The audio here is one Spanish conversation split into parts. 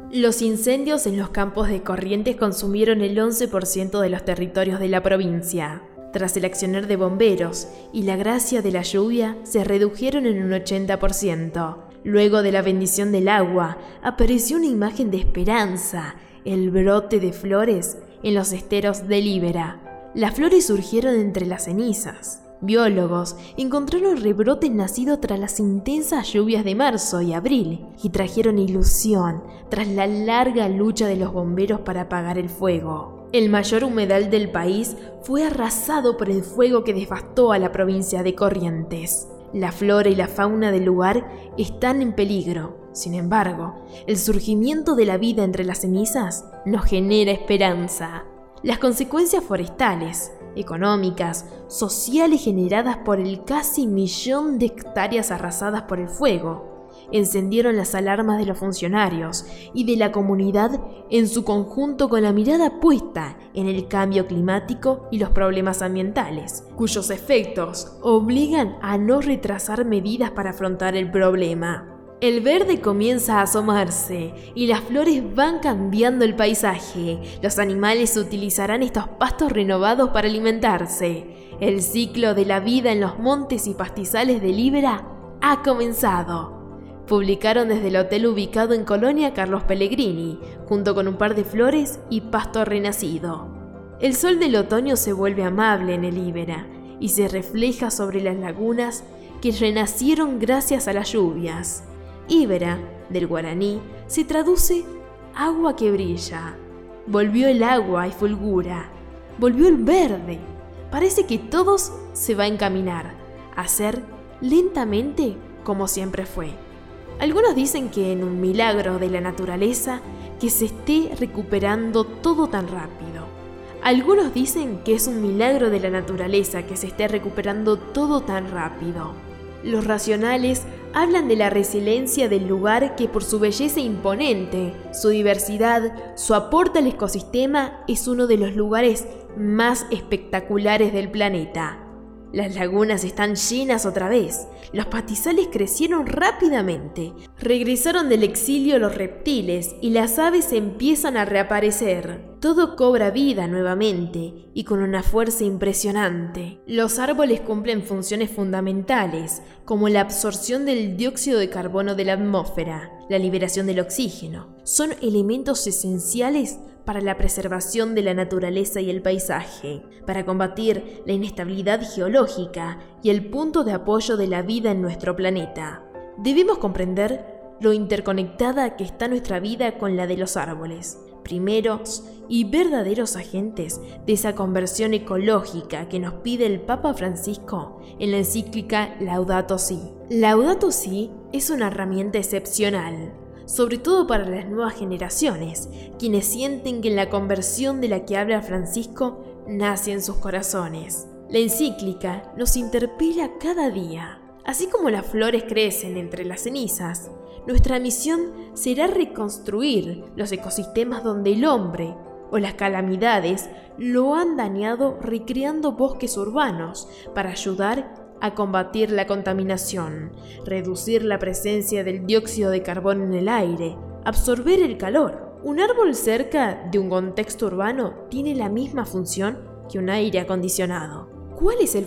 Los incendios en los campos de Corrientes consumieron el 11% de los territorios de la provincia. Tras el accionar de bomberos y la gracia de la lluvia, se redujeron en un 80%. Luego de la bendición del agua, apareció una imagen de esperanza, el brote de flores en los esteros de Libera. Las flores surgieron entre las cenizas. Biólogos encontraron rebrotes nacidos tras las intensas lluvias de marzo y abril y trajeron ilusión tras la larga lucha de los bomberos para apagar el fuego. El mayor humedal del país fue arrasado por el fuego que devastó a la provincia de Corrientes. La flora y la fauna del lugar están en peligro. Sin embargo, el surgimiento de la vida entre las cenizas nos genera esperanza. Las consecuencias forestales, económicas, sociales generadas por el casi 1.000.000 de hectáreas arrasadas por el fuego, encendieron las alarmas de los funcionarios y de la comunidad en su conjunto con la mirada puesta en el cambio climático y los problemas ambientales, cuyos efectos obligan a no retrasar medidas para afrontar el problema. El verde comienza a asomarse y las flores van cambiando el paisaje. Los animales utilizarán estos pastos renovados para alimentarse. El ciclo de la vida en los montes y pastizales de Libera ha comenzado. Publicaron desde el hotel ubicado en Colonia Carlos Pellegrini, junto con un par de flores y pasto renacido. El sol del otoño se vuelve amable en el Libera y se refleja sobre las lagunas que renacieron gracias a las lluvias. Ibera, del guaraní, se traduce agua que brilla. Volvió el agua y fulgura. Volvió el verde. Parece que todo se va a encaminar, a ser lentamente como siempre fue. Algunos dicen que en un milagro de la naturaleza que se esté recuperando todo tan rápido. Algunos dicen que es un milagro de la naturaleza que se esté recuperando todo tan rápido. Los racionales hablan de la resiliencia del lugar que por su belleza imponente, su diversidad, su aporte al ecosistema es uno de los lugares más espectaculares del planeta. Las lagunas están llenas otra vez, los pastizales crecieron rápidamente, regresaron del exilio los reptiles y las aves empiezan a reaparecer. Todo cobra vida nuevamente y con una fuerza impresionante. Los árboles cumplen funciones fundamentales, como la absorción del dióxido de carbono de la atmósfera, la liberación del oxígeno. Son elementos esenciales para la preservación de la naturaleza y el paisaje, para combatir la inestabilidad geológica y el punto de apoyo de la vida en nuestro planeta. Debemos comprender lo interconectada que está nuestra vida con la de los árboles, primeros y verdaderos agentes de esa conversión ecológica que nos pide el Papa Francisco en la encíclica Laudato Si. Laudato Si es una herramienta excepcional, sobre todo para las nuevas generaciones, quienes sienten que la conversión de la que habla Francisco nace en sus corazones. La encíclica nos interpela cada día. Así como las flores crecen entre las cenizas, nuestra misión será reconstruir los ecosistemas donde el hombre o las calamidades lo han dañado, recreando bosques urbanos para ayudar a combatir la contaminación, reducir la presencia del dióxido de carbono en el aire, absorber el calor. Un árbol cerca de un contexto urbano tiene la misma función que un aire acondicionado. ¿Cuál es el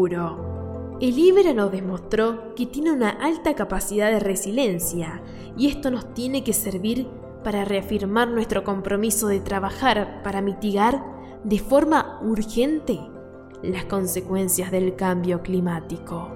futuro? El Ibera nos demostró que tiene una alta capacidad de resiliencia y esto nos tiene que servir para reafirmar nuestro compromiso de trabajar para mitigar de forma urgente las consecuencias del cambio climático.